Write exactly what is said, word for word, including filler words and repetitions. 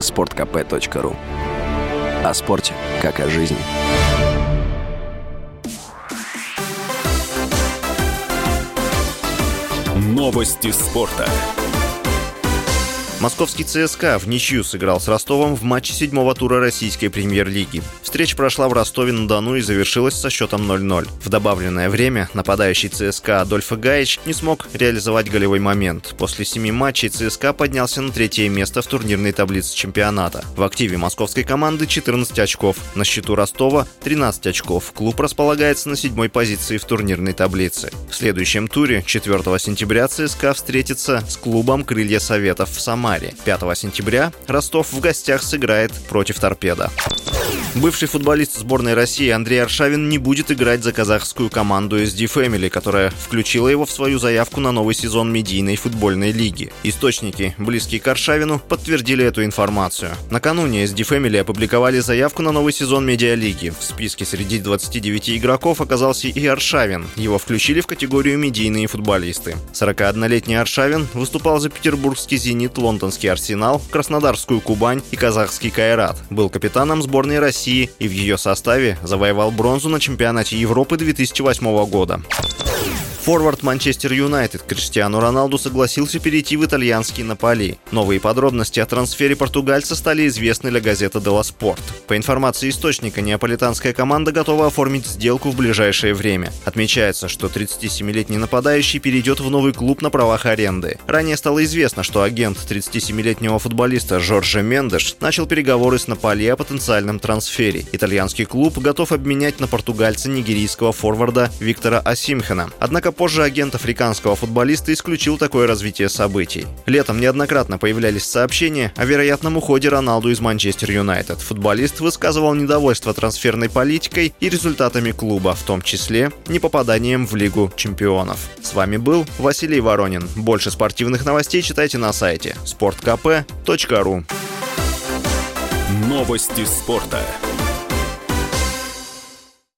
спорт ка пэ точка ру. О спорте, как о жизни. Новости спорта. Московский ЦСКА в ничью сыграл с Ростовом в матче седьмого тура российской премьер-лиги. Встреча прошла в Ростове-на-Дону и завершилась со счетом ноль ноль. В добавленное время нападающий ЦСКА Адольфо Гаич не смог реализовать голевой момент. После семи матчей ЦСКА поднялся на третье место в турнирной таблице чемпионата. В активе московской команды четырнадцать очков, на счету Ростова тринадцать очков. Клуб располагается на седьмой позиции в турнирной таблице. В следующем туре, четвертого сентября, ЦСКА встретится с клубом «Крылья Советов» в Самаре. пятого сентября Ростов в гостях сыграет против «Торпедо». Бывший футболист сборной России Андрей Аршавин не будет играть за казахскую команду эс ди Family, которая включила его в свою заявку на новый сезон медийной футбольной лиги. Источники, близкие к Аршавину, подтвердили эту информацию. Накануне эс ди Family опубликовали заявку на новый сезон медиалиги. В списке среди двадцати девяти игроков оказался и Аршавин. Его включили в категорию медийные футболисты. сорокаоднолетний Аршавин выступал за петербургский «Зенит», лондонский «Арсенал», краснодарскую «Кубань» и казахский «Кайрат». Был капитаном сборной России и в ее составе завоевал бронзу на чемпионате Европы две тысячи восьмого года. Форвард Манчестер Юнайтед Криштиану Роналду согласился перейти в итальянский Наполи. Новые подробности о трансфере португальца стали известны для газеты «Делла Спорт». По информации источника, неаполитанская команда готова оформить сделку в ближайшее время. Отмечается, что тридцатисемилетний нападающий перейдет в новый клуб на правах аренды. Ранее стало известно, что агент тридцатисемилетнего футболиста Жорже Мендеш начал переговоры с Наполи о потенциальном трансфере. Итальянский клуб готов обменять на португальца нигерийского форварда Виктора Осимхена. Однако позже агент африканского футболиста исключил такое развитие событий. Летом неоднократно появлялись сообщения о вероятном уходе Роналду из Манчестер Юнайтед. Футболист высказывал недовольство трансферной политикой и результатами клуба, в том числе непопаданием в Лигу чемпионов. С вами был Василий Воронин. Больше спортивных новостей читайте на сайте спорт ка пэ точка ру. Новости спорта.